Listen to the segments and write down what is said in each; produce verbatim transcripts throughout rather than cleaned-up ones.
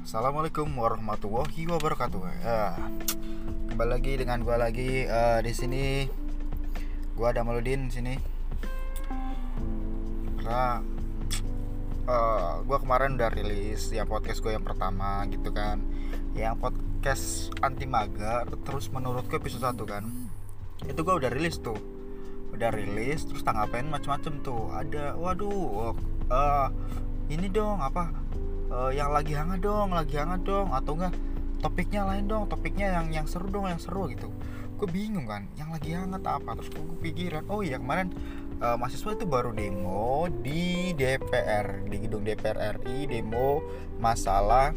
Assalamualaikum warahmatullahi wabarakatuh. Ya, kembali lagi dengan gua lagi uh, di sini. Gua ada Maludin di sini. Karena uh, gua kemarin udah rilis ya podcast gua yang pertama gitu kan. Yang podcast anti mager, terus menurutku episode satu kan. Itu gua udah rilis tuh. Udah rilis terus tanggapan macam-macam tuh. Ada waduh uh, ini dong apa Uh, yang lagi hangat dong, lagi hangat dong, atau enggak topiknya lain dong, topiknya yang yang seru dong, yang seru gitu. Gue bingung kan, yang lagi hangat apa? Terus gue pikiran, oh iya kemarin uh, mahasiswa itu baru demo di D P R, di gedung D P R R I, demo masalah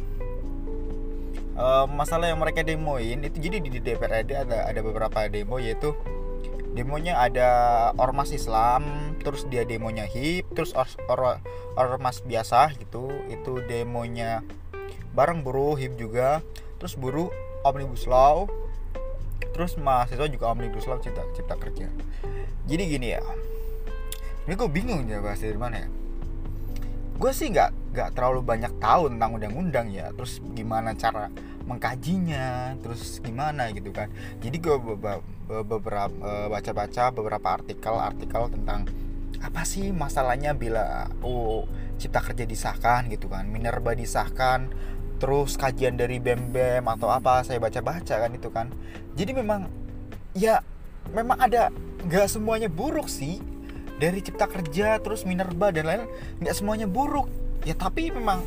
uh, masalah yang mereka demoin itu. Jadi di D P R R I ada ada beberapa demo, yaitu demonya ada ormas Islam, terus dia demonya H I P, terus or, or, ormas biasa gitu, itu demonya bareng buruh H I P juga, terus buruh Omnibus Law, terus mahasiswa juga Omnibus Law cipta, cipta kerja. Jadi gini ya, ini gue bingung ya bahas dari mana ya. Gue sih nggak nggak terlalu banyak tahu tentang undang-undang ya, terus gimana cara mengkajinya, terus gimana gitu kan. Jadi gue beberapa baca-baca beberapa artikel-artikel tentang apa sih masalahnya bila oh, cipta kerja disahkan gitu kan, Minerba disahkan, terus kajian dari B E M B E M atau apa, saya baca-baca kan itu kan. Jadi memang ya memang ada, nggak semuanya buruk sih dari cipta kerja terus Minerba dan lain-lain, nggak semuanya buruk ya, tapi memang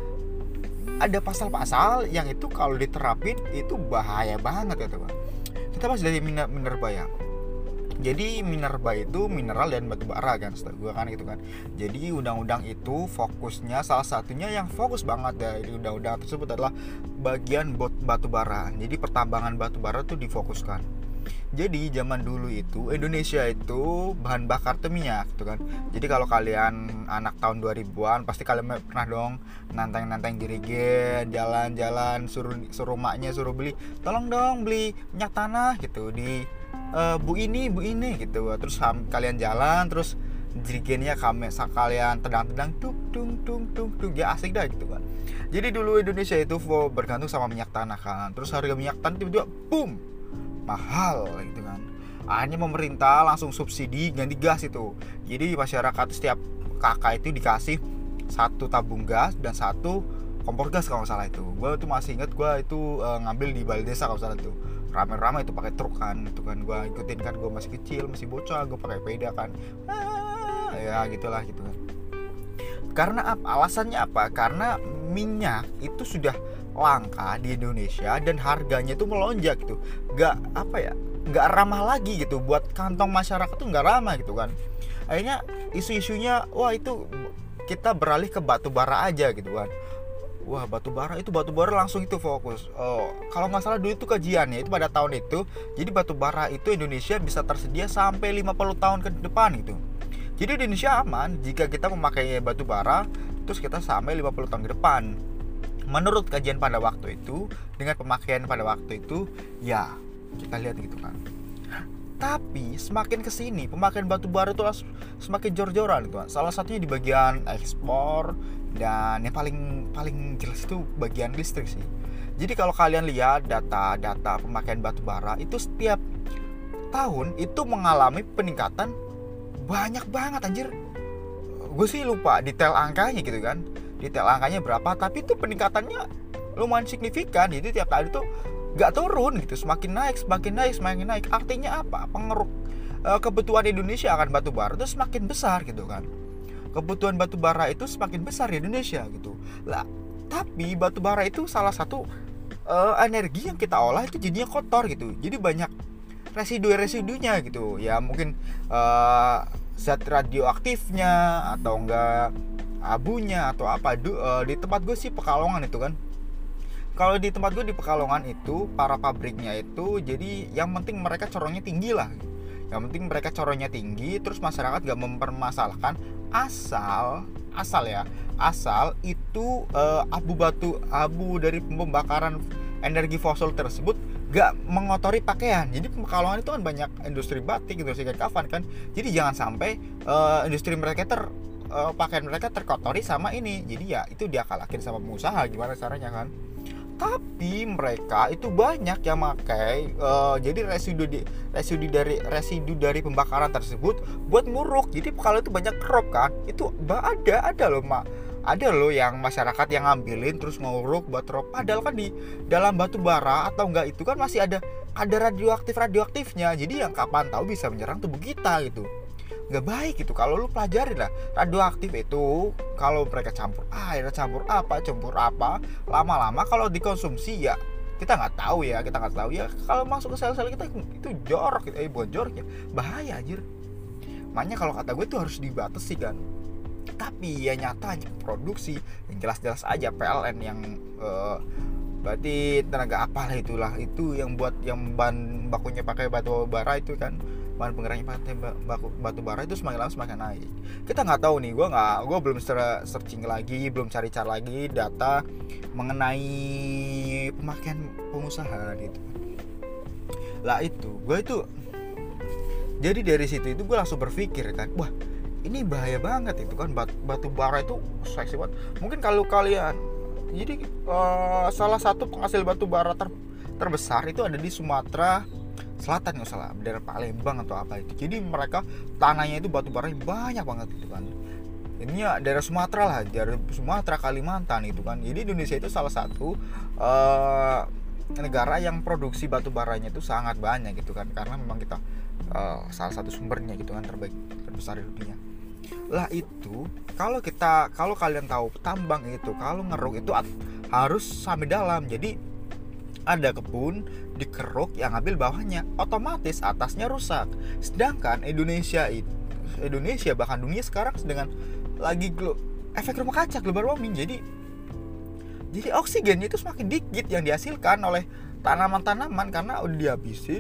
ada pasal-pasal yang itu kalau diterapin itu bahaya banget ya teman. Kita bahas dari Minerba ya. Jadi Minerba itu mineral dan batu bara kan, setahu gue kan gitu kan. Jadi undang-undang itu fokusnya, salah satunya yang fokus banget dari undang-undang tersebut adalah bagian batu bara. Jadi pertambangan batu bara tuh difokuskan. Jadi zaman dulu itu Indonesia itu bahan bakar tuh minyak gitu kan. Jadi kalau kalian anak tahun dua ribuan pasti kalian pernah dong nanteng-nanteng jerigen, jalan-jalan suruh suruh maknya suruh beli, tolong dong beli minyak tanah gitu di uh, bu ini bu ini gitu. Terus ham, kalian jalan terus jerigennya kami kalian tendang-tendang tuk tung tung tung tung, ya asik dah gitu kan. Jadi dulu Indonesia itu bergantung sama minyak tanah kan. Terus harga minyak tanah tiba-tiba boom mahal gitu kan. Akhirnya pemerintah langsung subsidi ganti gas itu. Jadi masyarakat setiap kakak itu dikasih satu tabung gas dan satu kompor gas kalau nggak salah itu. Gue tuh masih inget, gue itu uh, ngambil di balai desa kalau nggak salah itu. Rame-rame itu pakai truk kan, itu kan gue ikutin kan, gue masih kecil, masih bocah, gue pakai sepeda kan. Ah, ya gitulah gitu kan. Karena apa? Alasannya apa? Karena minyak itu sudah langka di Indonesia dan harganya itu melonjak gitu. Gak apa ya, gak ramah lagi gitu buat kantong masyarakat tuh, gak ramah gitu kan. Akhirnya isu-isunya wah itu kita beralih ke batu bara aja gitu kan. Wah batu bara itu batu bara langsung itu fokus. Oh, kalau nggak salah dulu itu kajiannya itu pada tahun itu. Jadi batu bara itu Indonesia bisa tersedia sampai lima puluh tahun ke depan gitu. Jadi Indonesia aman jika kita memakai batu bara terus kita sampai lima puluh tahun ke depan. Menurut kajian pada waktu itu, dengan pemakaian pada waktu itu, ya kita lihat gitu kan. Tapi semakin kesini pemakaian batu bara itu semakin jor-joran gitu kan. Salah satunya di bagian ekspor, dan yang paling paling jelas itu bagian listrik sih. Jadi kalau kalian lihat data-data pemakaian batu bara itu setiap tahun itu mengalami peningkatan banyak banget anjir. Gue sih lupa detail angkanya gitu kan. Detail angkanya berapa, tapi itu peningkatannya lumayan signifikan. Jadi tiap tahun itu gak turun gitu, semakin naik, semakin naik, semakin naik. Artinya apa? Pengaruh e, kebutuhan Indonesia akan batu bara itu semakin besar gitu kan. Kebutuhan batu bara itu semakin besar di Indonesia gitu. Lah, tapi batu bara itu salah satu e, energi yang kita olah itu jadinya kotor gitu. Jadi banyak residu-residunya gitu. Ya mungkin e, zat radioaktifnya atau enggak abunya atau apa. Du, uh, di tempat gue sih Pekalongan itu kan. Kalau di tempat gue di Pekalongan itu para pabriknya itu jadi yang penting mereka corongnya tinggi lah. Yang penting mereka corongnya tinggi, terus masyarakat gak mempermasalahkan asal asal ya asal itu uh, abu batu abu dari pembakaran energi fosil tersebut gak mengotori pakaian. Jadi Pekalongan itu kan banyak industri batik, industri kain kafan kan. Jadi jangan sampai uh, industri mereka ter uh, pakaian mereka terkotori sama ini. Jadi ya itu dia kalahin sama pengusaha, gimana caranya kan. Tapi mereka itu banyak yang pakai uh, jadi residu di, residu dari residu dari pembakaran tersebut buat nguruk. Jadi kalau itu banyak crop kan, itu ada ada loh mak, ada loh yang masyarakat yang ngambilin terus nguruk buat crop. Padahal kan di dalam batu bara atau enggak itu kan masih ada ada radioaktif radioaktifnya. Jadi yang kapan tahu bisa menyerang tubuh kita gitu. Nggak baik gitu. Kalau lu pelajarin lah, radioaktif itu kalau mereka campur air, campur apa, campur apa, lama-lama kalau dikonsumsi ya kita nggak tahu ya, kita nggak tahu ya kalau masuk ke sel-sel kita itu jorok, gitu. eh bukan jorok ya, bahaya anjir. Makanya kalau kata gue itu harus dibatasi kan. Tapi ya nyata aja produksi yang jelas-jelas aja P L N yang uh, berarti tenaga apalah itulah itu yang buat yang bahan bakunya pakai batu bara itu kan, bahan penggeraknya pakai batu, batu bara itu semakin lama semakin naik. Kita nggak tahu nih, gue nggak, gue belum searching lagi, belum cari-cari lagi data mengenai pemakaian pengusaha gitu. Lah itu, gue itu jadi dari situ itu gue langsung berpikir kan, wah ini bahaya banget itu kan, batu, batu bara itu seksi banget. Mungkin kalau kalian jadi uh, salah satu penghasil batu bara ter, terbesar itu ada di Sumatera Selatan nggak salah, daerah Palembang atau apa itu. Jadi mereka tanahnya itu batu bara banyak banget gitu kan. Ini ya daerah Sumatera lah, daerah Sumatera, Kalimantan itu kan. Jadi Indonesia itu salah satu uh, negara yang produksi batu baranya itu sangat banyak gitu kan, karena memang kita uh, salah satu sumbernya gitu kan, terbaik terbesar di dunia. Lah itu kalau kita kalau kalian tahu tambang itu kalau ngeruk itu harus sampai dalam. Jadi ada kebun dikeruk yang ngambil bawahnya, otomatis atasnya rusak. Sedangkan Indonesia itu Indonesia bahkan dunia sekarang sedang lagi glo, efek rumah kaca, global warming. Jadi jadi oksigennya itu semakin dikit yang dihasilkan oleh tanaman-tanaman karena udah dihabisin.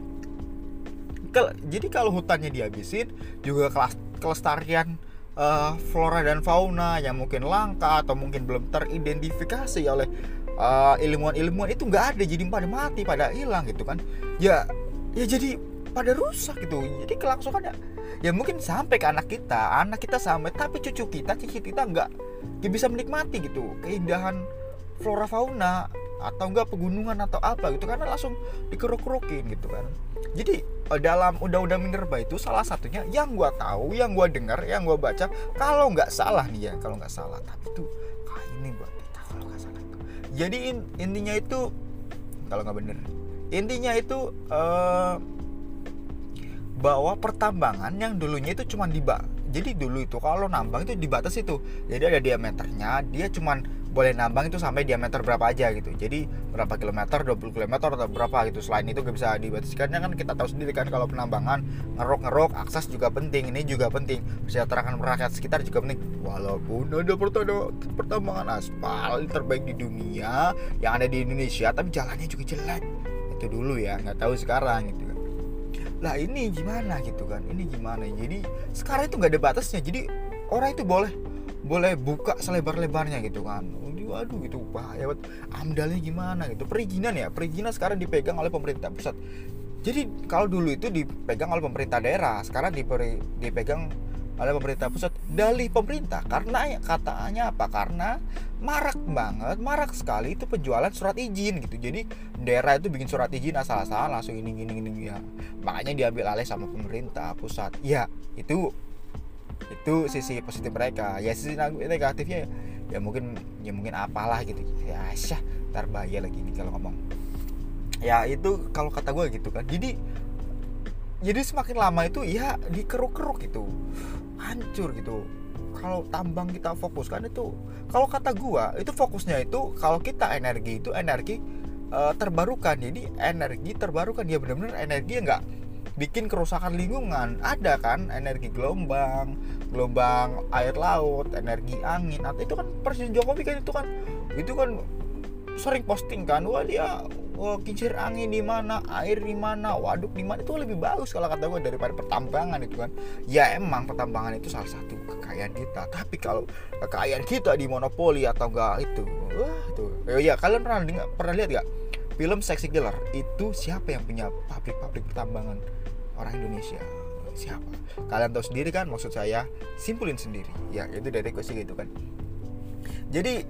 Jadi kalau hutannya dihabisin, juga kelestarian uh, flora dan fauna yang mungkin langka atau mungkin belum teridentifikasi oleh uh, ilmuwan-ilmuwan itu nggak ada, jadi pada mati, pada hilang gitu kan. Ya, ya jadi pada rusak gitu. Jadi kelangsungannya ya mungkin sampai ke anak kita, anak kita sampai, tapi cucu kita, cicit kita nggak nggak bisa menikmati gitu keindahan flora fauna atau enggak pegunungan atau apa gitu, karena langsung dikeruk-kerukin gitu kan. Jadi dalam undang-undang minerba itu salah satunya yang gua tahu, yang gua dengar, yang gua baca, kalau nggak salah nih ya, kalau nggak salah, tapi itu kayak ini buat kita kalau nggak salah itu. Jadi in, intinya itu kalau nggak bener, intinya itu uh, bahwa pertambangan yang dulunya itu cuma di bak. Jadi dulu itu kalau nambang itu dibatasi itu. Jadi ada diameternya, dia cuman boleh nambang itu sampai diameter berapa aja gitu. Jadi berapa kilometer, dua puluh kilometer atau berapa gitu. Selain itu gak bisa dibatasi. Karena kan kita tahu sendiri kan kalau penambangan ngerok-ngerok, akses juga penting, ini juga penting. Mesejahterakan rakyat sekitar juga penting. Walaupun ada pertambangan aspal terbaik di dunia yang ada di Indonesia, tapi jalannya juga jelek. Itu dulu ya, nggak tahu sekarang gitu kan. Lah ini gimana gitu kan, ini gimana. Jadi sekarang itu nggak ada batasnya, jadi orang itu boleh boleh buka selebar-lebarnya gitu kan. Waduh gitu, bahaya banget. Amdalnya gimana gitu. Perizinan ya, perizinan sekarang dipegang oleh pemerintah pusat. Jadi kalau dulu itu dipegang oleh pemerintah daerah, sekarang diperi, dipegang oleh pemerintah pusat. Dalih pemerintah karena katanya apa? Karena marak banget, marak sekali itu penjualan surat izin gitu. Jadi daerah itu bikin surat izin asal-asalan langsung ini gini gini ya. Makanya diambil alih sama pemerintah pusat. Ya, itu itu sisi positif mereka. Ya sisi negatifnya ya mungkin ya mungkin apalah gitu. Ya syah, ntar bahaya lagi nih kalau ngomong. Ya itu kalau kata gue gitu kan. Jadi jadi semakin lama itu ya dikeruk-keruk gitu, hancur gitu. Kalau tambang kita fokuskan itu, kalau kata gua itu fokusnya itu kalau kita energi itu energi e, terbarukan. Jadi energi terbarukan ya, benar-benar energi yang nggak bikin kerusakan lingkungan. Ada kan energi gelombang, gelombang air laut, energi angin. Atau itu kan Presiden Jokowi kan itu kan itu kan sering posting kan, wah dia wah, kincir angin di mana, air di mana, waduk di mana, itu lebih bagus kalau kata gue daripada pertambangan itu kan. Ya emang pertambangan itu salah satu kekayaan kita, tapi kalau kekayaan kita di monopoli atau enggak itu, wah itu. Oh ya, kalian pernah dengar, pernah lihat enggak film Sexy Killer? Itu siapa yang punya pabrik-pabrik pertambangan? Orang Indonesia. siapa? Kalian tahu sendiri kan, maksud saya simpulin sendiri. Ya itu dari gue sih gitu kan. Jadi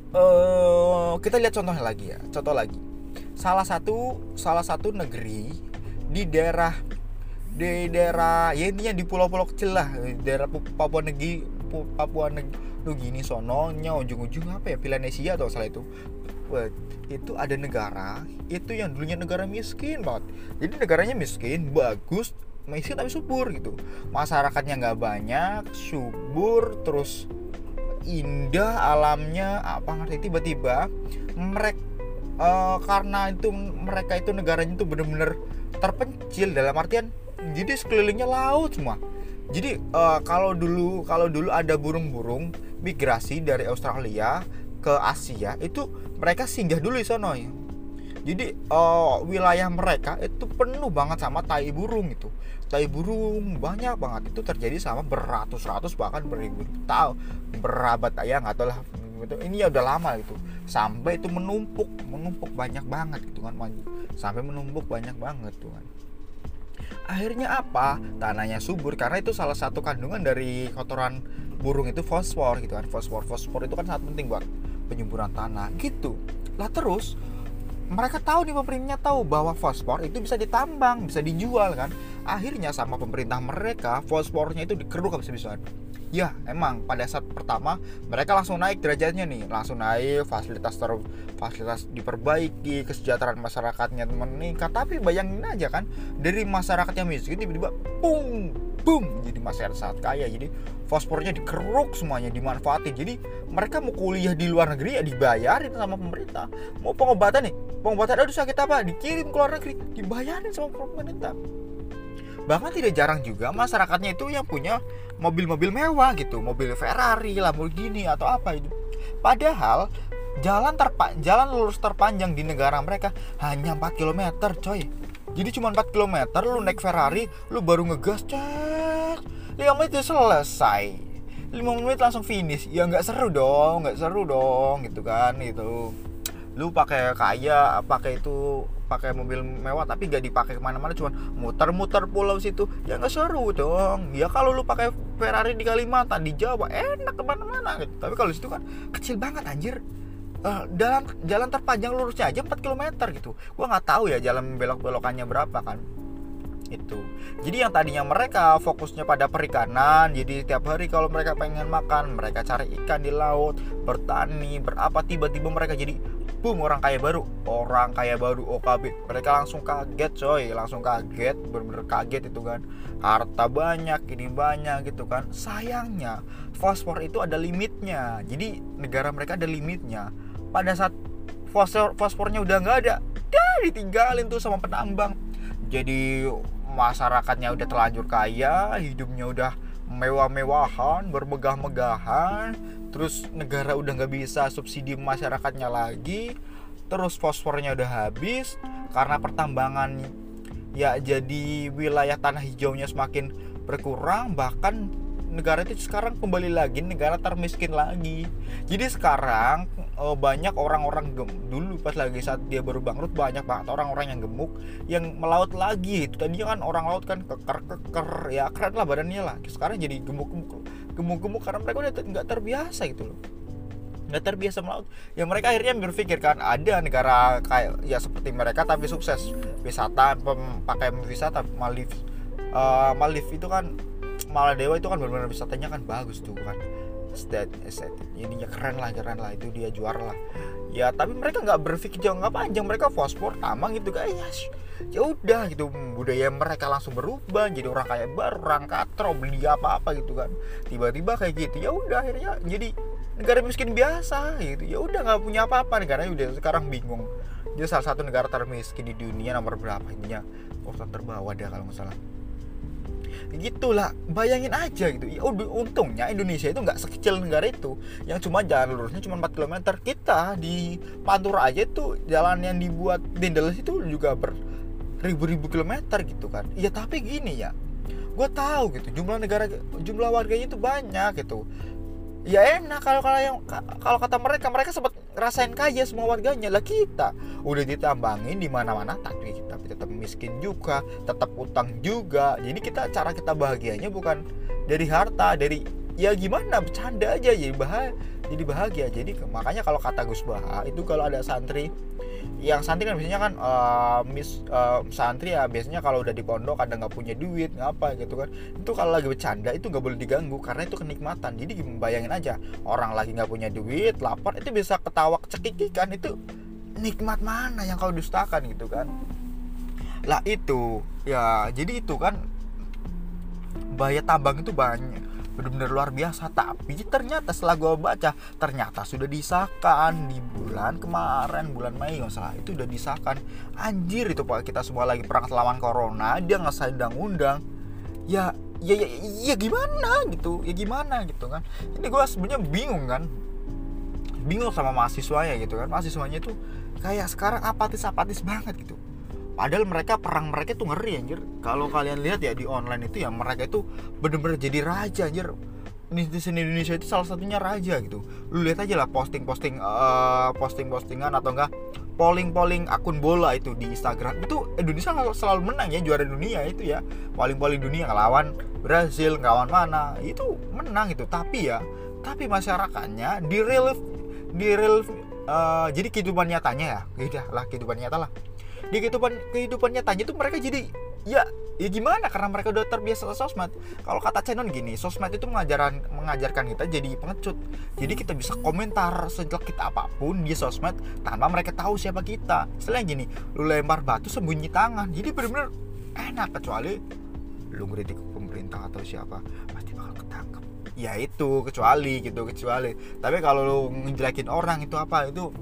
uh, kita lihat contohnya lagi ya, contoh lagi. Salah satu salah satu negeri di daerah di daerah ya intinya di pulau-pulau kecil lah, daerah Papua Negi Papua Nugini sononya ujung-ujung apa ya, Melanesia atau salah itu. Itu ada negara itu yang dulunya negara miskin banget. Jadi negaranya miskin, bagus, miskin tapi subur gitu. Masyarakatnya nggak banyak, subur, terus indah alamnya apa ngerti. Tiba-tiba mereka uh, karena itu mereka itu negaranya itu benar-benar terpencil dalam artian jadi sekelilingnya laut semua. Jadi uh, kalau dulu kalau dulu ada burung-burung migrasi dari Australia ke Asia, itu mereka singgah dulu di sana ya. Jadi uh, wilayah mereka itu penuh banget sama tai burung itu. Tai burung banyak banget, itu terjadi sama beratus-ratus bahkan beribu tahun, berabad ya nggak tahu lah. Ini ya udah lama gitu. Sampai itu menumpuk, menumpuk banyak banget gitu kan. Sampai menumpuk banyak banget tuh kan. Akhirnya apa? Tanahnya subur karena itu salah satu kandungan dari kotoran burung itu fosfor gitu kan. Fosfor, fosfor itu kan sangat penting buat penyuburan tanah gitu. Lah terus mereka tahu nih, pemerintahnya tahu bahwa fosfor itu bisa ditambang, bisa dijual kan. Akhirnya sama pemerintah mereka fosfornya itu dikeruk habis-habisan. Ya emang pada saat pertama mereka langsung naik derajatnya nih, langsung naik, fasilitas ter fasilitas diperbaiki, kesejahteraan masyarakatnya meningkat. Tapi bayangin aja kan, dari masyarakat yang miskin tiba-tiba boom boom jadi masyarakat sangat kaya. Jadi fosfornya dikeruk semuanya, dimanfaatin. Jadi mereka mau kuliah di luar negeri ya dibayarin sama pemerintah. Mau pengobatan nih, pengobatan aduh sakit apa, dikirim ke luar negeri, dibayarin sama pemerintah. Bahkan tidak jarang juga masyarakatnya itu yang punya mobil-mobil mewah gitu, mobil Ferrari, Lamborghini atau apa itu. Padahal jalan terpa- jalan lurus terpanjang di negara mereka hanya empat kilometer, coy. Jadi cuma empat kilometer lu naik Ferrari, lu baru ngegas, cet, lima menit udah selesai. lima menit langsung finish. Ya enggak seru dong, enggak seru dong gitu kan gitu. Lu pakai kaya, pakai itu pakai mobil mewah tapi gak dipakai kemana-mana, cuma muter-muter pulau situ, ya nggak seru dong. Ya kalau lu pakai Ferrari di Kalimantan, di Jawa enak kemana-mana gitu. Tapi kalau situ kan kecil banget anjir. Uh, jalan jalan terpanjang lurusnya aja empat kilometer gitu. Gua nggak tahu ya jalan belok-belokannya berapa kan. Itu. Jadi yang tadinya mereka fokusnya pada perikanan, jadi tiap hari kalau mereka pengen makan, mereka cari ikan di laut, bertani, berapa, tiba-tiba mereka jadi boom, orang kaya baru, orang kaya baru O K B. Mereka langsung kaget coy, langsung kaget, bener-bener kaget itu kan. Harta banyak, ini banyak gitu kan. Sayangnya fosfor itu ada limitnya. Jadi negara mereka ada limitnya. Pada saat fosfor fosfornya udah nggak ada, dah ditinggalin tuh sama penambang. Jadi masyarakatnya udah terlanjur kaya, hidupnya udah mewah-mewahan, bermegah-megahan. Terus negara udah nggak bisa subsidi masyarakatnya lagi. Terus fosfornya udah habis karena pertambangan ya, jadi wilayah tanah hijaunya semakin berkurang. Bahkan negara itu sekarang kembali lagi negara termiskin lagi. Jadi sekarang oh, banyak orang-orang gem dulu pas lagi saat dia baru bangkrut, banyak banget orang-orang yang gemuk yang melaut lagi. Itu tadinya kan orang laut kan keker-keker ya, keren lah badannya lah. Sekarang jadi gemuk-gemuk gemuk-gemuk karena mereka udah nggak terbiasa gitu loh, nggak terbiasa melaut. Ya mereka akhirnya berpikir kan, ada negara kayak ya seperti mereka tapi sukses wisata, pakai wisata. Maldives uh, Maldives itu kan, Maladewa itu kan benar-benar wisatanya kan bagus tuh kan, estetik, ininya keren lah, keren lah, itu dia juara lah. Ya tapi mereka nggak berpikir jangka panjang, mereka fosfor tambang gitu guys. Ya udah gitu, budaya mereka langsung berubah jadi orang kaya baru, orang katro, beli apa-apa gitu kan. Tiba-tiba kayak gitu, ya udah akhirnya jadi negara miskin biasa gitu. Ya udah nggak punya apa-apa, negaranya udah sekarang bingung. Dia salah satu negara termiskin di dunia, nomor berapa ininya, urutan terbawah dah kalau nggak salah. Gitulah, bayangin aja gitu. Ya untungnya Indonesia itu nggak sekecil negara itu, yang cuma jalan lurusnya cuma empat kilometer. Kita di Pantura aja tuh jalan yang dibuat Dendeles itu juga ber ribu-ribu kilometer gitu kan. Ya tapi gini ya, gue tahu gitu jumlah negara, jumlah warganya itu banyak gitu. Ya enak kalau kalau yang kalau kata mereka mereka sempat ngerasain kaya semua warganya. Lah kita udah ditambangin di mana-mana tapi kita tetap miskin juga, tetap utang juga. Jadi kita cara kita bahagianya bukan dari harta, dari ya gimana bercanda aja jadi bahagia, jadi bahagia. Jadi makanya kalau kata Gus Baha itu kalau ada santri yang santri kan biasanya kan uh, mis uh, santri ya biasanya kalau udah di pondok kadang nggak punya duit ngapa gitu kan, itu kalau lagi bercanda itu nggak boleh diganggu karena itu kenikmatan. Jadi bayangin aja orang lagi nggak punya duit lapar itu bisa ketawa cekikikan, itu nikmat mana yang kau dustakan gitu kan. Lah itu ya jadi itu kan bahaya tambang itu banyak benar-benar luar biasa. Tapi ternyata setelah gue baca ternyata sudah disahkan di bulan kemarin, bulan Mei nggak salah itu udah disahkan. Anjir itu Pak, kita semua lagi perang lawan corona dia ngesain undang-undang. Ya ya ya, ya gimana gitu ya gimana gitu kan. Ini gue sebenarnya bingung kan, bingung sama mahasiswanya gitu kan. Mahasiswanya itu kayak sekarang apatis-apatis banget gitu. Padahal mereka perang mereka tuh ngeri anjir. Kalau kalian lihat ya di online itu ya mereka itu bener-bener jadi raja anjir. Netizen Indonesia itu salah satunya raja gitu. Lu lihat aja lah posting-posting uh, posting-postingan atau enggak polling-polling akun bola itu di Instagram. Itu Indonesia selalu menang ya, juara dunia itu ya. Polling-polling dunia ngelawan Brazil, ngelawan mana, itu menang gitu. Tapi ya, tapi masyarakatnya di real di real uh, jadi kehidupan nyatanya ya. Ya lah kehidupan nyata lah. Di kehidupan kehidupan nyatanya tuh mereka jadi ya ya gimana karena mereka udah terbiasa sosmed. Kalau kata Cenon gini, sosmed itu mengajaran mengajarkan kita jadi pengecut. Jadi kita bisa komentar sejelek kita apapun di sosmed tanpa mereka tahu siapa kita. Selain gini, lu lempar batu sembunyi tangan. Jadi benar-benar enak, kecuali lu ngeritik pemerintah atau siapa pasti bakal ketangkep. Ya itu kecuali gitu kecuali. Tapi kalau lu ngejelekin orang itu apa itu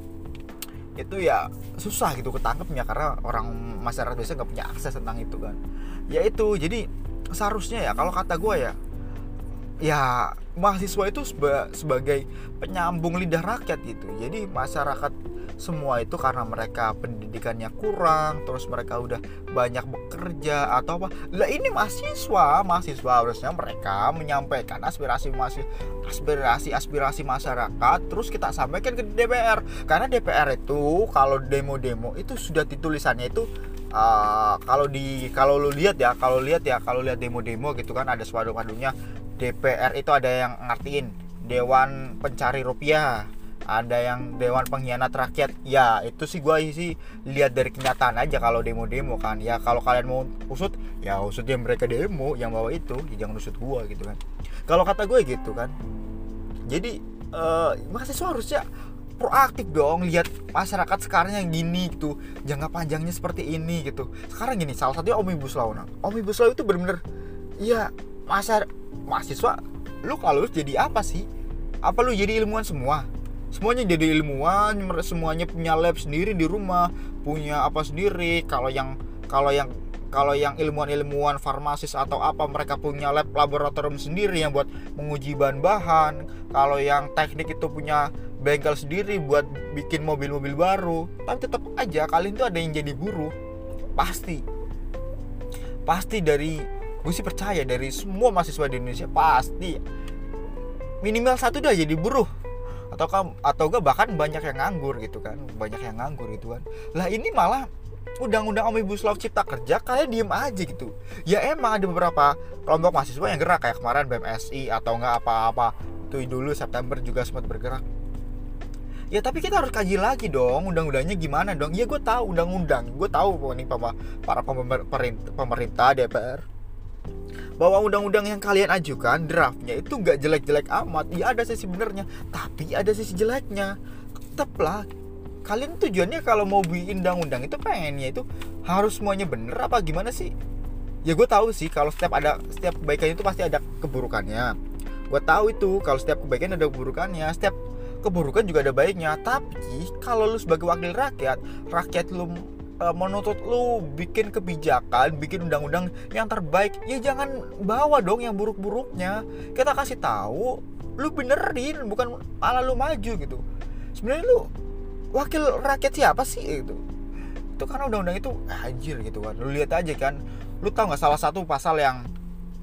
itu ya susah gitu ketangkepnya karena orang masyarakat biasa nggak punya akses tentang itu kan. Ya itu jadi seharusnya ya kalau kata gue ya ya mahasiswa itu seba, sebagai penyambung lidah rakyat gitu. Jadi masyarakat semua itu karena mereka pendidikannya kurang, terus mereka udah banyak bekerja atau apa. Lah ini mahasiswa, mahasiswa harusnya mereka menyampaikan aspirasi masih aspirasi aspirasi masyarakat, terus kita sampaikan ke D P R. Karena D P R itu kalau demo-demo itu sudah ditulisannya itu uh, kalau di kalau lu lihat ya, kalau lihat ya, kalau lihat demo-demo gitu kan ada spanduk-spanduknya D P R itu ada yang ngartiin Dewan Pencari Rupiah, ada yang Dewan Pengkhianat Rakyat. Ya itu sih gue sih lihat dari kenyataan aja kalau demo-demo kan. Ya kalau kalian mau usut ya usut yang mereka demo yang bawa itu, ya jangan usut gue gitu kan. Kalau kata gue gitu kan. Jadi uh, mahasiswa harusnya proaktif dong, lihat masyarakat sekarang yang gini gitu, jangka panjangnya seperti ini gitu. Sekarang gini, salah satunya Omnibus Law. Nah, Omnibus Law itu benar-benar ya masa mahasiswa lu kalau lulus jadi apa sih? Apa lu jadi ilmuwan semua? Semuanya jadi ilmuwan, semuanya punya lab sendiri di rumah, punya apa sendiri. Kalau yang kalau yang kalau yang ilmuwan-ilmuwan farmasis atau apa mereka punya lab laboratorium sendiri yang buat menguji bahan-bahan. Kalau yang teknik itu punya bengkel sendiri buat bikin mobil-mobil baru. Tapi tetap aja kalian tuh ada yang jadi buruh. Pasti. Pasti dari gue sih percaya dari semua mahasiswa di Indonesia pasti minimal satu dah jadi buruh atau atau gak bahkan banyak yang nganggur gitu kan, banyak yang nganggur gitu kan. Lah ini malah undang-undang Omnibus Law Cipta Kerja kalian diem aja gitu. Ya emang ada beberapa kelompok mahasiswa yang gerak kayak kemarin B M S I atau enggak apa-apa itu dulu September juga sempat bergerak. Ya tapi kita harus kaji lagi dong undang-undangnya gimana dong. Ya gue tahu undang-undang, gue tahu nih para pemerintah D P R bahwa undang-undang yang kalian ajukan draftnya itu nggak jelek-jelek amat. Ya ada sisi benernya, tapi ada sisi jeleknya. Tetaplah kalian tujuannya kalau mau bikin undang-undang itu pengennya itu harus semuanya bener apa gimana sih? Ya gue tahu sih kalau setiap ada setiap kebaikan itu pasti ada keburukannya. Gue tahu itu kalau setiap kebaikan ada keburukannya, setiap keburukan juga ada baiknya. Tapi kalau lu sebagai wakil rakyat, rakyat lu menuntut lu bikin kebijakan, bikin undang-undang yang terbaik, ya jangan bawa dong yang buruk-buruknya. Kita kasih tahu, lu benerin, bukan malah lu maju gitu. Sebenarnya lu wakil rakyat siapa sih gitu? Itu karena undang-undang itu anjir gitu kan. Lu lihat aja kan, lu tahu nggak salah satu pasal yang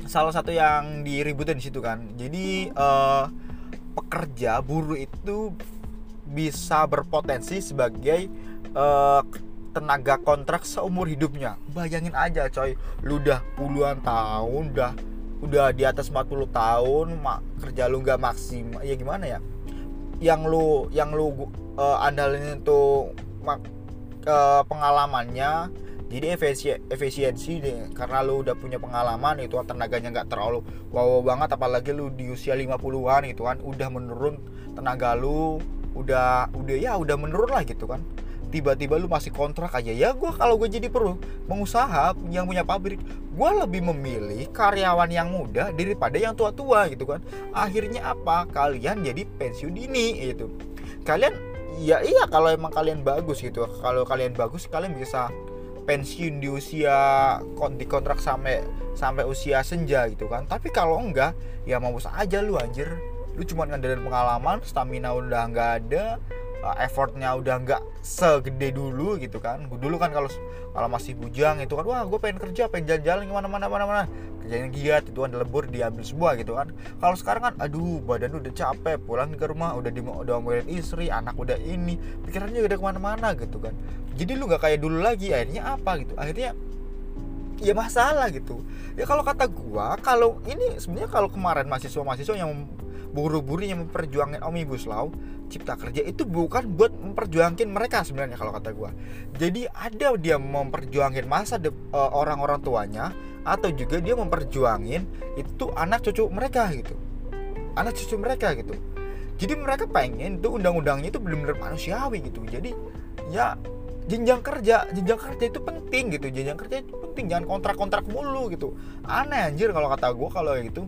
salah satu yang diributin di situ kan. Jadi uh, pekerja buruh itu bisa berpotensi sebagai uh, tenaga kontrak seumur hidupnya. Bayangin aja coy, lu udah puluhan tahun, udah udah di atas empat puluh tahun, mak, kerja lu gak maksimal. Ya gimana ya? Yang lu yang lu uh, andalin itu mak, uh, pengalamannya. Jadi efisien, efisiensi deh, karena lu udah punya pengalaman itu tenaganya nggak terlalu wow banget, apalagi lu di usia lima puluhan gitu kan, udah menurun tenaga lu, udah udah ya udah menurun lah gitu kan. Tiba-tiba lu masih kontrak aja. Ya gue kalau gue jadi peruh pengusaha yang punya pabrik, gue lebih memilih karyawan yang muda daripada yang tua-tua gitu kan. Akhirnya apa? Kalian jadi pensiun dini gitu. Kalian ya iya kalau emang kalian bagus gitu. Kalau kalian bagus kalian bisa pensiun di usia dikontrak sampai sampai usia senja gitu kan. Tapi kalau enggak ya mampus aja lu anjir. Lu cuma ngandelin pengalaman, stamina udah enggak ada, effortnya udah enggak segede dulu gitu kan. Gue dulu kan kalau kalau masih bujang itu kan, wah gue pengen kerja, pengen jalan-jalan kemana-mana mana-mana, kerjanya giat itu kan, lebur diambil semua gitu kan. Kalau sekarang kan aduh badan udah capek, pulang ke rumah udah di udah ngomelin istri, anak udah ini, pikirannya udah kemana-mana gitu kan. Jadi lu nggak kayak dulu lagi. Akhirnya apa gitu? Akhirnya ya masalah gitu. Ya kalau kata gua, kalau ini sebenarnya kalau kemarin mahasiswa-mahasiswa yang buruh-buruh yang memperjuangkan Omnibus Law Cipta Kerja itu bukan buat memperjuangkan mereka sebenarnya kalau kata gua. Jadi ada dia memperjuangkan masa de, uh, orang-orang tuanya, atau juga dia memperjuangin itu anak cucu mereka gitu. Anak cucu mereka gitu. Jadi mereka pengen itu undang-undangnya itu benar-benar manusiawi gitu. Jadi ya jenjang kerja, jenjang kerja itu penting gitu. Jenjang kerja itu penting, jangan kontrak-kontrak mulu gitu. Aneh anjir kalau kata gue kalau gitu.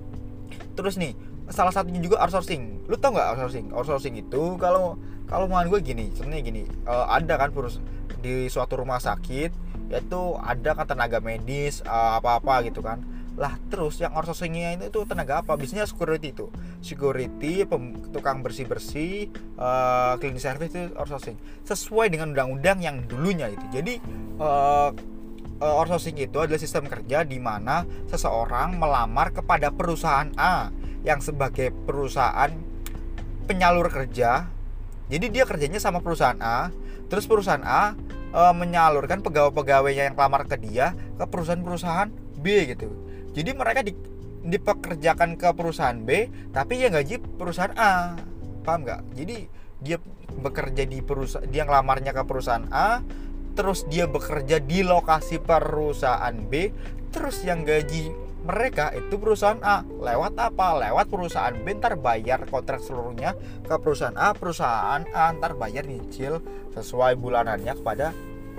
Terus nih, salah satunya juga outsourcing. Lu tau nggak outsourcing? Outsourcing itu kalau kalau omongan gue gini, sebenarnya gini, uh, ada kan perus di suatu rumah sakit, yaitu ada kan tenaga medis uh, apa-apa gitu kan. Lah terus yang outsourcingnya itu, itu tenaga apa? Biasanya security itu, security, pem, tukang bersih-bersih, uh, cleaning service itu outsourcing. Sesuai dengan undang-undang yang dulunya itu. Jadi uh, uh, outsourcing itu adalah sistem kerja di mana seseorang melamar kepada perusahaan A yang sebagai perusahaan penyalur kerja. Jadi dia kerjanya sama perusahaan A, terus perusahaan A uh, menyalurkan pegawai-pegawainya yang lamar ke dia ke perusahaan-perusahaan B gitu. Jadi mereka di, dipekerjakan ke perusahaan B, tapi yang gaji perusahaan A, paham nggak? Jadi dia bekerja di perusahaan, dia ngelamarnya ke perusahaan A, terus dia bekerja di lokasi perusahaan B, terus yang gaji mereka itu perusahaan A. Lewat apa? Lewat perusahaan B, ntar bayar kontrak seluruhnya ke perusahaan A, perusahaan A ntar bayar nyicil sesuai bulanannya kepada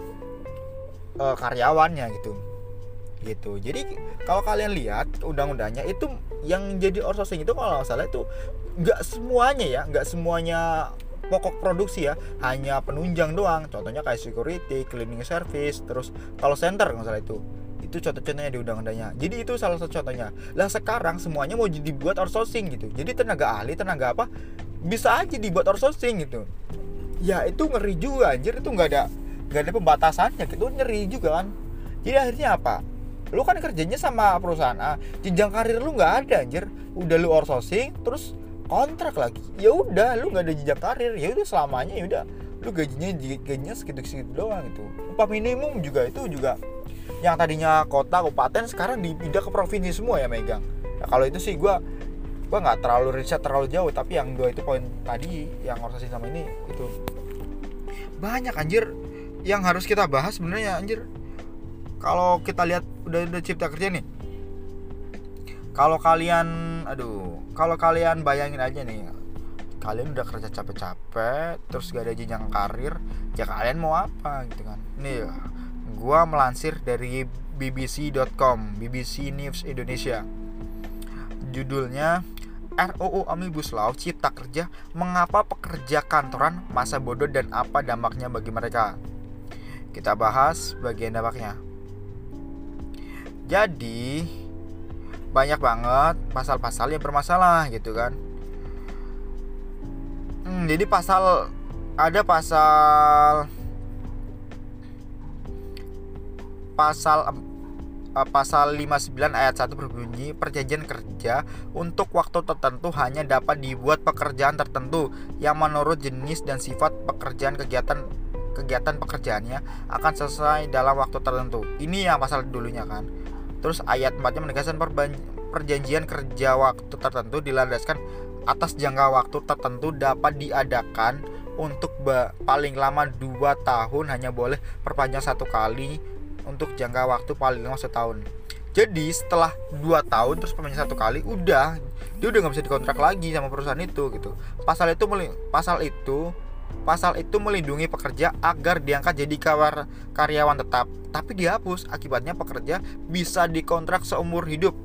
uh, karyawannya gitu. Gitu. Jadi kalau kalian lihat undang-undangnya itu yang jadi outsourcing itu kalau nggak salah itu nggak semuanya ya, nggak semuanya pokok produksi ya, hanya penunjang doang. Contohnya kayak security, cleaning service, terus call center nggak salah itu. Itu contoh-contohnya di undang-undangnya. Jadi itu salah satu contohnya. Lah sekarang semuanya mau dibuat outsourcing gitu. Jadi tenaga ahli, tenaga apa bisa aja dibuat outsourcing gitu. Ya itu ngeri juga anjir, itu nggak ada nggak ada pembatasannya gitu, ngeri juga kan. Jadi akhirnya apa? Lu kan kerjanya sama perusahaan A, jenjang karir lu nggak ada anjir. Udah lu outsourcing terus kontrak lagi. Ya udah lu nggak ada jenjang karir. Ya udah selamanya ya udah lu gajinya gajinya segitu-segitu doang gitu. Upah minimum juga itu juga yang tadinya kota kabupaten sekarang dipindah ke provinsi semua ya megang. Nah, kalau itu sih gua gua nggak terlalu riset terlalu jauh, tapi yang dua itu poin tadi yang outsourcing sama ini itu banyak anjir yang harus kita bahas sebenarnya anjir. Kalau kita lihat udah udah cipta kerja nih, kalau kalian aduh kalau kalian bayangin aja nih, kalian udah kerja capek-capek terus gak ada jenjang karir, ya kalian mau apa gitu kan. Nih gua melansir dari B B C dot com, B B C News Indonesia, judulnya R U U Omnibus Law Cipta Kerja, mengapa pekerja kantoran masa bodoh dan apa dampaknya bagi mereka. Kita bahas bagian dampaknya. Jadi banyak banget pasal-pasal yang bermasalah gitu kan. Hmm, jadi pasal ada pasal pasal pasal lima puluh sembilan ayat satu berbunyi, perjanjian kerja untuk waktu tertentu hanya dapat dibuat pekerjaan tertentu yang menurut jenis dan sifat pekerjaan kegiatan kegiatan pekerjaannya akan selesai dalam waktu tertentu. Ini yang pasal dulunya kan. Terus ayat empat-nya menegaskan perjanjian kerja waktu tertentu dilandaskan atas jangka waktu tertentu dapat diadakan untuk paling lama dua tahun, hanya boleh perpanjang satu kali untuk jangka waktu paling lama setahun. Jadi setelah dua tahun terus perpanjang satu kali, udah dia udah nggak bisa dikontrak lagi sama perusahaan itu gitu. Pasal itu pasal itu pasal itu melindungi pekerja agar diangkat jadi karyawan tetap, tapi dihapus. Akibatnya pekerja bisa dikontrak seumur hidup,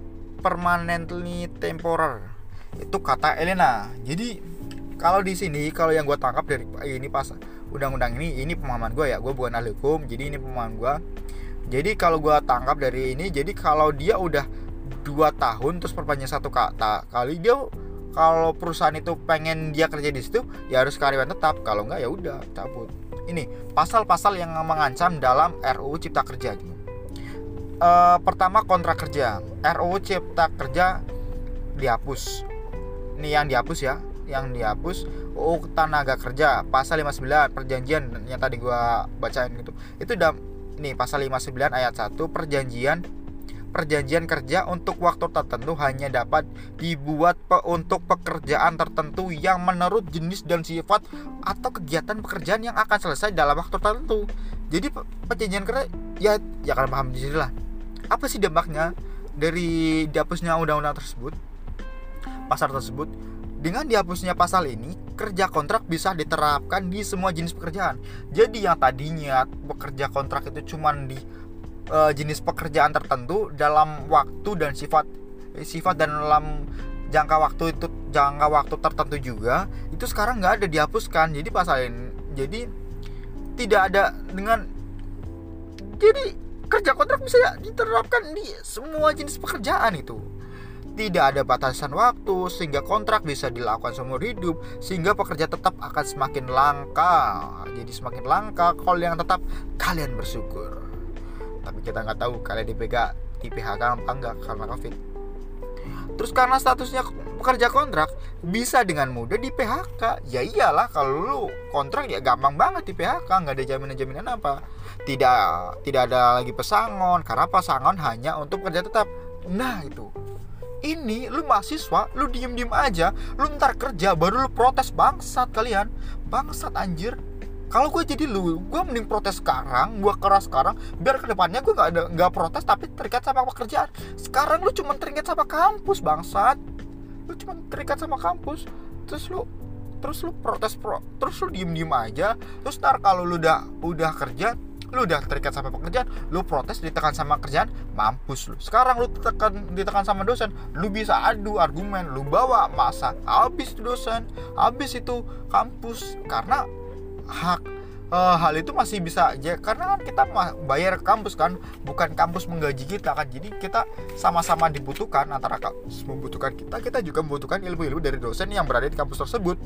permanently temporer. Itu kata Elena. Jadi kalau di sini, kalau yang gue tangkap dari ini pas undang-undang ini, ini pemahaman gue ya, gue bukan ahli hukum, jadi ini pemahaman gue. Jadi kalau gue tangkap dari ini, jadi kalau dia udah dua tahun terus perpanjang satu kata kali, dia kalau perusahaan itu pengen dia kerja di situ, ya harus karyawan tetap. Kalau enggak ya udah cabut. Ini pasal-pasal yang mengancam dalam R U U Cipta Kerja gitu. E, pertama, kontrak kerja. R U U Cipta Kerja dihapus. Ini yang dihapus ya. Yang dihapus U U Tenaga Kerja pasal lima puluh sembilan, perjanjian yang tadi gua bacain gitu. Itu udah nih pasal lima puluh sembilan ayat satu, perjanjian perjanjian kerja untuk waktu tertentu hanya dapat dibuat pe- untuk pekerjaan tertentu yang menurut jenis dan sifat atau kegiatan pekerjaan yang akan selesai dalam waktu tertentu. Jadi perjanjian kerja ya ya kalian paham di sini lah. Apa sih dampaknya dari dihapusnya undang-undang tersebut? Pasal tersebut, dengan dihapusnya pasal ini, kerja kontrak bisa diterapkan di semua jenis pekerjaan. Jadi yang tadinya pekerja kontrak itu cuma di e, jenis pekerjaan tertentu dalam waktu dan sifat sifat dan dalam jangka waktu itu jangka waktu tertentu juga, itu sekarang nggak ada, dihapuskan. Jadi pasal ini, jadi tidak ada dengan jadi kerja kontrak bisa diterapkan di semua jenis pekerjaan itu. Tidak ada batasan waktu, sehingga kontrak bisa dilakukan seumur hidup, sehingga pekerja tetap akan semakin langka. Jadi semakin langka. Kalau yang tetap, kalian bersyukur. Tapi kita nggak tahu kalian di P H K, di P H K apa enggak karena COVID. Terus karena statusnya pekerja kontrak, bisa dengan mudah di P H K. Ya iyalah, kalau lu kontrak ya gampang banget di P H K, nggak ada jaminan-jaminan apa. Tidak tidak ada lagi pesangon, karena pesangon hanya untuk pekerja tetap. Nah itu. Ini lu mahasiswa, lu diem-diem aja, lu ntar kerja baru lu protes, bangsat kalian. Bangsat anjir. Kalau gue jadi lu, gue mending protes sekarang, gue keras sekarang, biar kedepannya gue nggak ada nggak protes tapi terikat sama pekerjaan. Sekarang lu cuma terikat sama kampus, bangsat. Lu cuma terikat sama kampus, terus lu terus lu protes pro, terus lu diem-diem aja, terus ntar kalau lu udah udah kerja, lu udah terikat sama pekerjaan, lu protes ditekan sama kerjaan, mampus lu. Sekarang lu ditekan ditekan sama dosen, lu bisa adu argumen, lu bawa masa, habis itu dosen, habis itu kampus. Karena hak e, hal itu masih bisa aja, karena kan kita bayar kampus kan, bukan kampus menggaji kita kan. Jadi kita sama-sama dibutuhkan, antara kampus membutuhkan kita, kita juga membutuhkan ilmu-ilmu dari dosen yang berada di kampus tersebut.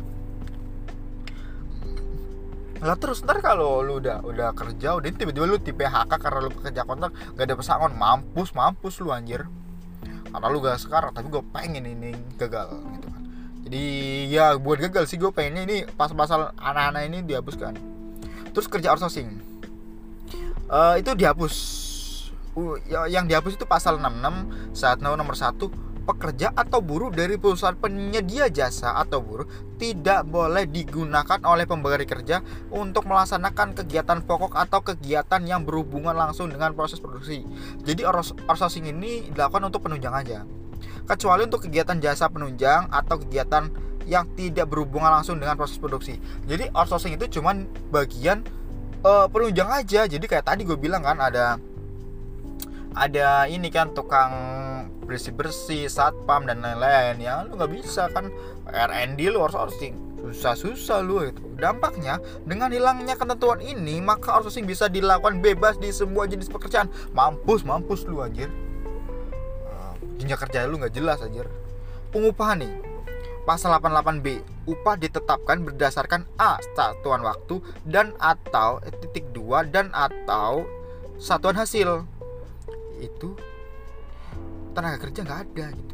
Lah terus ntar kalau lu udah udah kerja, udah tiba-tiba lu di P H K karena lu pekerja kontrak, gak ada pesangon, mampus mampus lu anjir. Karena lu gak sekarang, tapi gue pengen ini gagal gitu kan. Jadi ya buat gagal sih, gue pengennya ini pas-pasal anak-anak ini dihapuskan. Terus kerja outsourcing, uh, itu dihapus. Uh, yang dihapus itu pasal enam puluh enam saat nomor satu, pekerja atau buruh dari perusahaan penyedia jasa atau buruh tidak boleh digunakan oleh pemberi kerja untuk melaksanakan kegiatan pokok atau kegiatan yang berhubungan langsung dengan proses produksi. Jadi outsourcing ini dilakukan untuk penunjang aja, kecuali untuk kegiatan jasa penunjang atau kegiatan yang tidak berhubungan langsung dengan proses produksi. Jadi outsourcing itu cuman bagian uh, penunjang aja. Jadi kayak tadi gue bilang kan, ada ada ini kan tukang bersih-bersih, satpam dan lain-lain, ya lu nggak bisa kan R and D lu outsourcing, susah-susah lu itu. Dampaknya dengan hilangnya ketentuan ini, maka outsourcing bisa dilakukan bebas di semua jenis pekerjaan. Mampus mampus lu anjir. Jenjang kerja lu nggak jelas anjir. Pengupahan nih, pasal delapan puluh delapan B, upah ditetapkan berdasarkan A, satuan waktu, dan atau titik dua dan atau satuan hasil. itu tenaga kerja nggak ada gitu.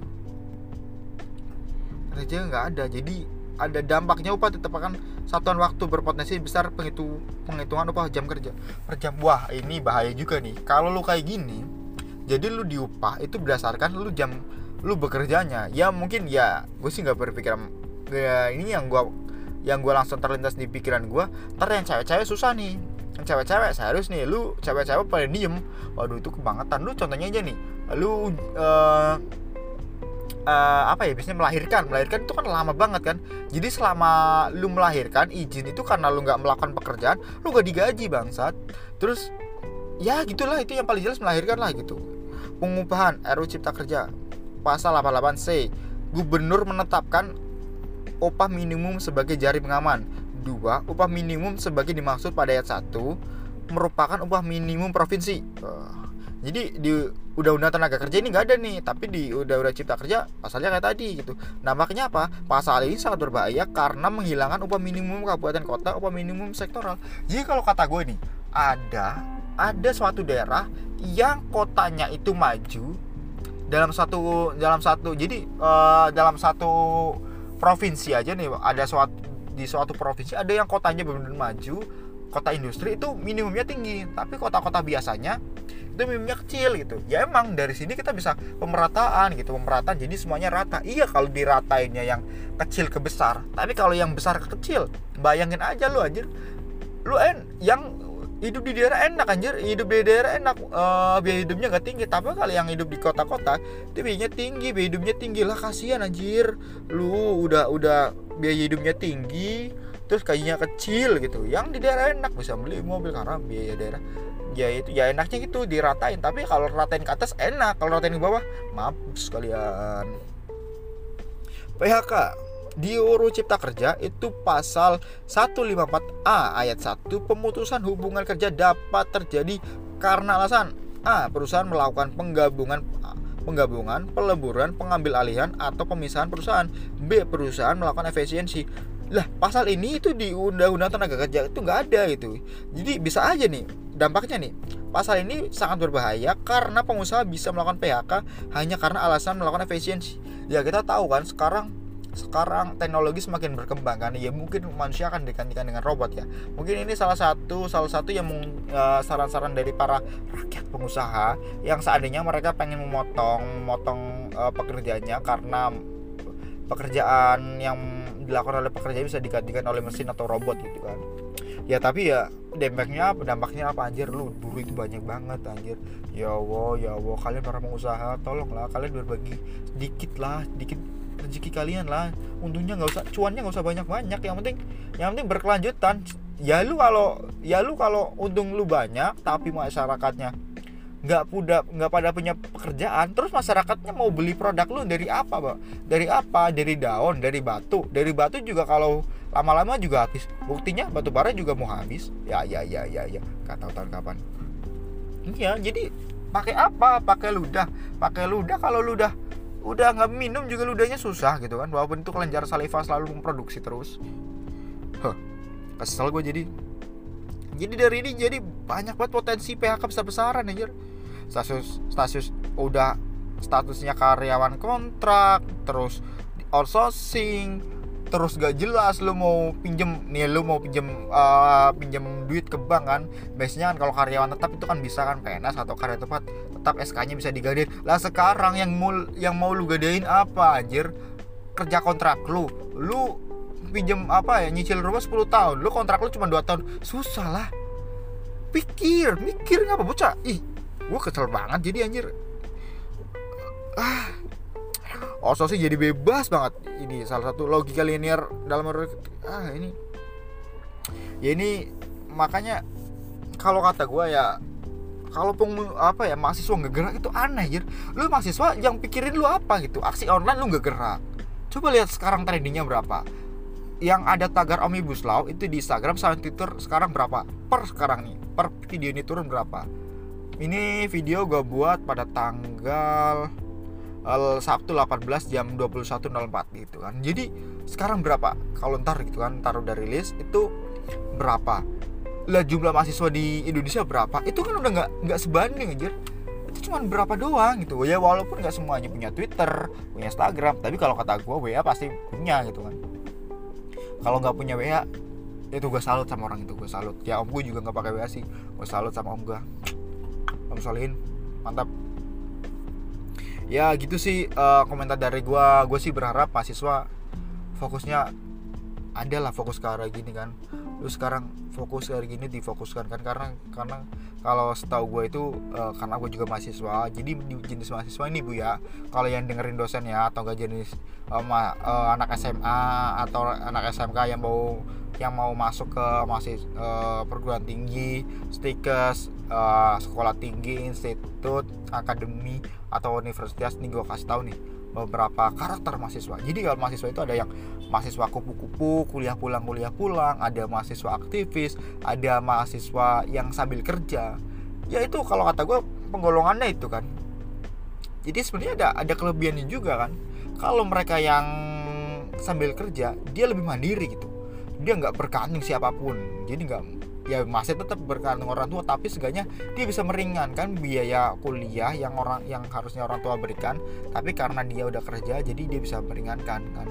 Tenaga kerja nggak ada, jadi ada dampaknya upah tetap akan satuan waktu berpotensi besar penghitung penghitungan upah jam kerja per jam. Wah, ini bahaya juga nih. Kalau lu kayak gini, jadi lu diupah itu berdasarkan lu jam lu bekerjanya. Ya mungkin ya gue sih nggak berpikiran ya, ini yang gue yang gue langsung terlintas di pikiran gue. Ntar yang cewek-cewek susah nih, yang cewek-cewek serius nih, lu cewek-cewek pada diem. Waduh itu kebangetan. Lu contohnya aja nih, lu uh, Uh, apa ya biasanya melahirkan melahirkan itu kan lama banget kan. Jadi selama lu melahirkan izin itu karena lu nggak melakukan pekerjaan, lu gak digaji bangsat. Terus ya gitulah, itu yang paling jelas melahirkan lah gitu. Pengupahan R U Cipta Kerja pasal delapan puluh delapan C, gubernur menetapkan upah minimum sebagai jari pengaman. Dua, upah minimum sebagai dimaksud pada ayat satu merupakan upah minimum provinsi. uh. Jadi di Undang-Undang Tenaga Kerja ini nggak ada nih, tapi di Undang-Undang Cipta Kerja pasalnya kayak tadi gitu. Nah makanya apa? Pasal ini sangat berbahaya karena menghilangkan upah minimum kabupaten kota, upah minimum sektoral. Jadi kalau kata gue nih, ada ada suatu daerah yang kotanya itu maju dalam satu dalam satu jadi uh, dalam satu provinsi aja nih, ada suatu di suatu provinsi ada yang kotanya benar-benar maju, kota industri itu minimumnya tinggi, tapi kota-kota biasanya itu minimumnya kecil gitu. Ya emang dari sini kita bisa pemerataan gitu, pemerataan jadi semuanya rata. Iya kalau diratainnya yang kecil ke besar, tapi kalau yang besar ke kecil, bayangin aja lu anjir, lu en yang hidup di daerah enak anjir, hidup di daerah enak, uh, biaya hidupnya gak tinggi. Tapi kalau yang hidup di kota-kota itu biayanya tinggi, biaya hidupnya tinggi lah, kasihan anjir. Lu udah udah biaya hidupnya tinggi, terus gajinya kecil gitu. Yang di daerah enak bisa beli mobil karena biaya daerah ya itu ya enaknya gitu diratain. Tapi kalau ratain ke atas enak, kalau ratain ke bawah mampus kalian. P H K di U U Cipta Kerja itu pasal seratus lima puluh empat A ayat satu, pemutusan hubungan kerja dapat terjadi karena alasan A. Perusahaan melakukan penggabungan penggabungan, peleburan, pengambil alihan atau pemisahan perusahaan. B. Perusahaan melakukan efisiensi. Lah pasal ini itu di Undang-Undang Tenaga Kerja itu nggak ada gitu. Jadi bisa aja nih dampaknya nih, pasal ini sangat berbahaya karena pengusaha bisa melakukan P H K hanya karena alasan melakukan efisiensi. Ya kita tahu kan sekarang sekarang teknologi semakin berkembang kan, ya mungkin manusia akan digantikan dengan robot ya. Mungkin ini salah satu salah satu yang uh, saran-saran dari para rakyat pengusaha yang seandainya mereka pengen memotong memotong uh, pekerjaannya karena pekerjaan yang dilakukan oleh pekerja bisa digantikan oleh mesin atau robot gitu kan. Ya tapi ya dampaknya apa? Dampaknya apa anjir? Lu buruh itu banyak banget anjir. Ya Allah, ya Allah, kalian para pengusaha tolonglah kalian berbagi sedikit lah, sedikit rezeki kalian lah. Untungnya enggak usah, cuannya enggak usah banyak-banyak, yang penting yang penting berkelanjutan. Ya lu kalau ya lu kalau untung lu banyak tapi masyarakatnya nggak punya nggak pada punya pekerjaan, terus masyarakatnya mau beli produk lu dari apa, Bang? Dari apa? Dari daun, dari batu. Dari batu juga kalau lama-lama juga habis. Buktinya batu bara juga mau habis. Ya ya ya ya ya. Enggak tahu tahun kapan. Iya, jadi pakai apa? Pakai ludah. Pakai ludah kalau ludah udah nggak minum juga ludahnya susah gitu kan. Walaupun itu kelenjar saliva selalu memproduksi terus. Huh. Kesel gue jadi. Jadi dari ini jadi banyak banget potensi P H K besar-besaran anjir. Status status udah statusnya karyawan kontrak, terus outsourcing, terus gak jelas lu mau pinjem nih lu mau pinjem uh, pinjem duit ke bank kan. Biasanya kan kalau karyawan tetap itu kan bisa kan P N S atau karya tempat tetap S K-nya bisa digadein. Lah sekarang yang mau yang mau lu gadein apa anjir? Kerja kontrak lu. Lu pinjem apa ya, nyicil rumah sepuluh tahun, lu kontrak lu cuma dua tahun, susah lah. Pikir, mikir ngapa bocah? Ih, gua kesel banget jadi anjir. Ah, outsourcing jadi bebas banget. Ini salah satu logika linear dalam ah ini. Ya ini makanya kalau kata gua ya, kalau peng apa ya mahasiswa nggak gerak itu aneh anjir. Lu mahasiswa yang pikirin lu apa gitu? Aksi online lu nggak gerak. Coba lihat sekarang trendingnya berapa. Yang ada tagar Omnibus Law itu di Instagram sama Twitter sekarang berapa? Per sekarang nih, per video ini turun berapa? Ini video gue buat pada tanggal uh, Sabtu delapan belas jam dua puluh satu nol empat gitu kan. Jadi sekarang berapa? Kalau ntar gitu kan, ntar udah rilis itu berapa? Lah jumlah mahasiswa di Indonesia berapa? Itu kan udah nggak nggak sebanding anjir. itu cuma berapa doang gitu ya, walaupun nggak semuanya punya Twitter, punya Instagram, tapi kalau kata gue W A pasti punya gitu kan. Kalau nggak punya W A itu gue salut sama orang itu, gue salut ya. Om gue juga nggak pakai W A sih, gue salut sama om gue, Om Solihin, mantap. Ya gitu sih uh, komentar dari gue. Gue sih berharap mahasiswa fokusnya ada lah, fokus ke arah gini kan. Lu sekarang fokus ke arah gini, difokuskan kan, karena karena kalau setahu gue itu uh, karena gue juga mahasiswa, jadi jenis mahasiswa ini bu ya, kalau yang dengerin dosen ya, atau gak jenis uh, ma- uh, anak S M A atau anak S M K yang mau yang mau masuk ke masih uh, perguruan tinggi, stikes, uh, sekolah tinggi, institut, akademi atau universitas, nih gue kasih tahu nih beberapa karakter mahasiswa. Jadi kalau mahasiswa itu ada yang mahasiswa kupu-kupu, kuliah pulang kuliah pulang, ada mahasiswa aktivis, ada mahasiswa yang sambil kerja. Ya itu kalau kata gue penggolongannya itu kan. Jadi sebenarnya ada ada kelebihannya juga kan. Kalau mereka yang sambil kerja, dia lebih mandiri gitu. Dia nggak bergantung siapapun. Jadi nggak, ya masih tetap bergantung orang tua, tapi seenggaknya dia bisa meringankan biaya kuliah yang orang yang harusnya orang tua berikan, tapi karena dia udah kerja jadi dia bisa meringankan kan.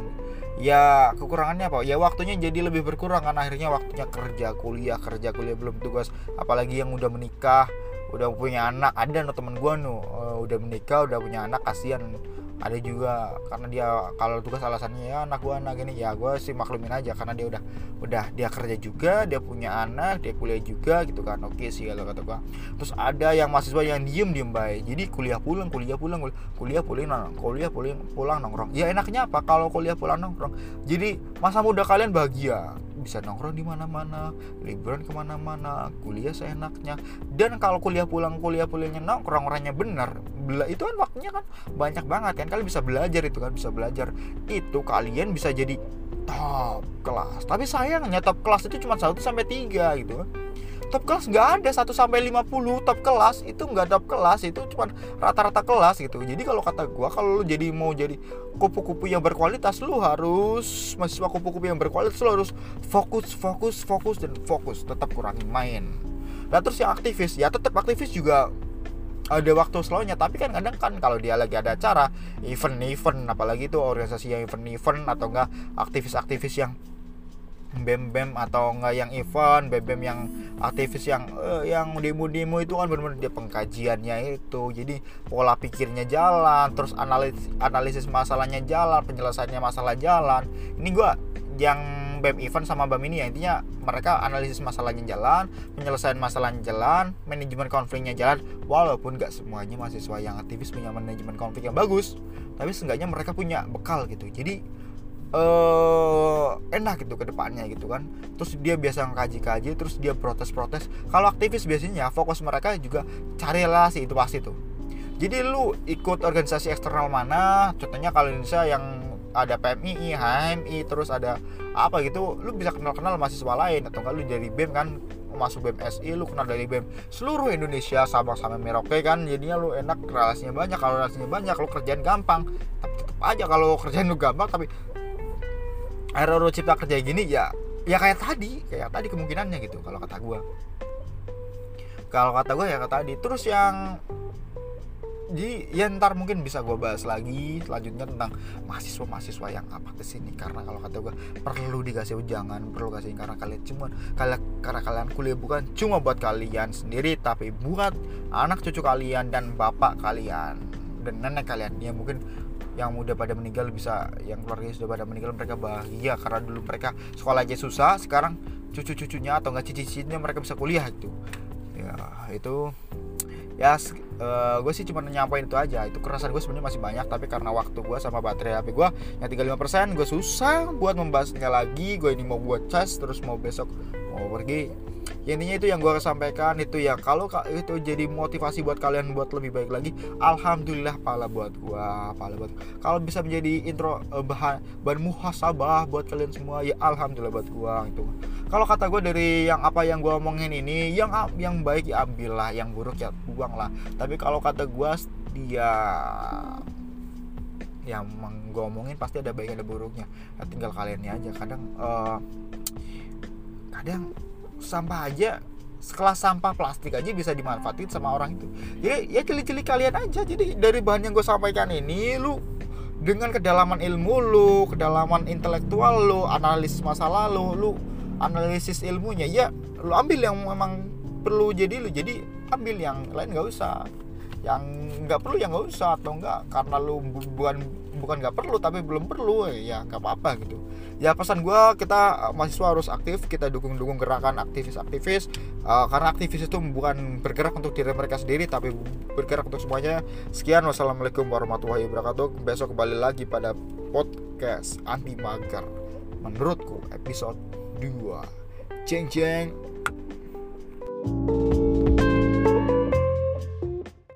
Ya kekurangannya apa? Ya waktunya jadi lebih berkurang kan, akhirnya waktunya kerja kuliah kerja kuliah belum tugas, apalagi yang udah menikah, udah punya anak. Ada no temen gue no uh, udah menikah, udah punya anak, kasihan. Ada juga karena dia kalau tugas alasannya ya anak gue anak ini, ya gue sih maklumin aja karena dia udah udah dia kerja juga, dia punya anak, dia kuliah juga gitu kan. Oke sih kalau kata gue. Terus ada yang mahasiswa yang diem diem baik, jadi kuliah pulang kuliah pulang kuliah pulang nongkrong, kuliah pulang pulang nongkrong. Ya enaknya apa kalau kuliah pulang nongkrong? Jadi masa muda kalian bahagia, bisa nongkrong di mana-mana, liburan kemana-mana, kuliah seenaknya. Dan kalau kuliah pulang kuliah pulangnya nongkrong, orangnya benar, bela itu kan waktunya kan banyak banget kan, kalian bisa belajar itu kan, bisa belajar itu kalian bisa jadi top kelas. Tapi sayangnya top kelas itu cuma satu sampai tiga gitu kan. Top kelas nggak ada satu sampai lima puluh, top kelas itu nggak top kelas, itu cuma rata-rata kelas gitu. Jadi kalau kata gua, kalau lu jadi mau jadi kupu-kupu yang berkualitas, lu harus mahasiswa kupu-kupu yang berkualitas, lu harus fokus fokus fokus dan fokus, tetap kurangin main. Nah terus yang aktivis, ya tetap aktivis juga ada waktu slownya, tapi kan kadang kan kalau dia lagi ada acara event-event, apalagi itu organisasi yang event-event atau enggak aktivis-aktivis yang bem-bem atau enggak yang event, bem-bem yang aktivis yang uh, yang demo-demo itu kan benar-benar dia pengkajiannya itu. Jadi pola pikirnya jalan, terus analisis analisis masalahnya jalan, penyelesaiannya masalah jalan. Ini gua yang bem event sama bem ini ya, intinya mereka analisis masalahnya jalan, penyelesaian masalahnya jalan, manajemen konfliknya jalan. Walaupun gak semuanya mahasiswa yang aktivis punya manajemen konflik yang bagus, tapi seenggaknya mereka punya bekal gitu. Jadi Uh, enak gitu ke depannya gitu kan. Terus dia biasa ngkaji-kaji, terus dia protes-protes. Kalau aktivis biasanya fokus mereka juga cari relasi, itu pasti tuh. Jadi lu ikut organisasi eksternal mana, contohnya kalau Indonesia yang ada P M I I, H M I, terus ada apa gitu, lu bisa kenal-kenal mahasiswa lain. Atau kalau lu dari B E M kan, masuk B E M S I, lu kenal dari B E M seluruh Indonesia, Sabang sampai Merauke kan. Jadinya lu enak, relasinya banyak. Kalau relasinya banyak, lu kerjaan gampang. Tapi tetap aja kalau kerjaan lu gampang tapi error cipta kerja gini, ya ya kayak tadi kayak tadi kemungkinannya gitu kalau kata gue kalau kata gue ya kayak tadi. Terus yang jadi ya ntar mungkin bisa gue bahas lagi selanjutnya tentang mahasiswa-mahasiswa yang apatis ini, karena kalau kata gue perlu dikasih ujangan, perlu kasih, karena kalian cuma kalian karena kalian kuliah bukan cuma buat kalian sendiri, tapi buat anak cucu kalian dan bapak kalian dan nenek kalian. Ya mungkin yang udah pada meninggal bisa, yang keluarganya sudah pada meninggal, mereka bahagia karena dulu mereka sekolah aja susah, sekarang cucu-cucunya atau enggak cici-cicinya mereka bisa kuliah gitu. Ya itu ya uh, gue sih cuma nyampain itu aja. Itu kerasan gue sebenarnya masih banyak, tapi karena waktu gue sama baterai H P gue yang tinggal lima persen, gue susah buat membahasnya lagi. Gue ini mau buat cas, terus mau besok mau pergi. Ya intinya itu yang gue sampaikan itu ya. Kalau itu jadi motivasi buat kalian buat lebih baik lagi, alhamdulillah, pala buat gue, pala buat. Kalau bisa menjadi intro uh, bahan bahan muhasabah buat kalian semua, ya alhamdulillah buat gue itu. Kalau kata gue dari yang apa yang gue omongin ini, yang yang baik ya ambillah, yang buruk ya buang lah. Tapi kalau kata gue, dia yang gue omongin pasti ada baik ada buruknya. Nah, tinggal kaliannya aja. Kadang uh, kadang sampah aja sekelas sampah plastik aja bisa dimanfaatin sama orang itu. Jadi ya cili-cili kalian aja. Jadi dari bahan yang gue sampaikan ini, lu dengan kedalaman ilmu lu, kedalaman intelektual lu, analisis masalah lu, lu analisis ilmunya, ya lu ambil yang memang perlu jadi lu, jadi ambil, yang lain nggak usah. Yang nggak perlu ya nggak usah, atau enggak karena lu bukan bukan nggak perlu tapi belum perlu, ya nggak apa-apa gitu. Ya pesan gue, kita mahasiswa harus aktif, kita dukung-dukung gerakan aktivis-aktivis, uh, karena aktivis itu bukan bergerak untuk diri mereka sendiri tapi bergerak untuk semuanya. Sekian, wassalamualaikum warahmatullahi wabarakatuh. Besok kembali lagi pada podcast anti mager menurutku episode dua. Ceng ceng.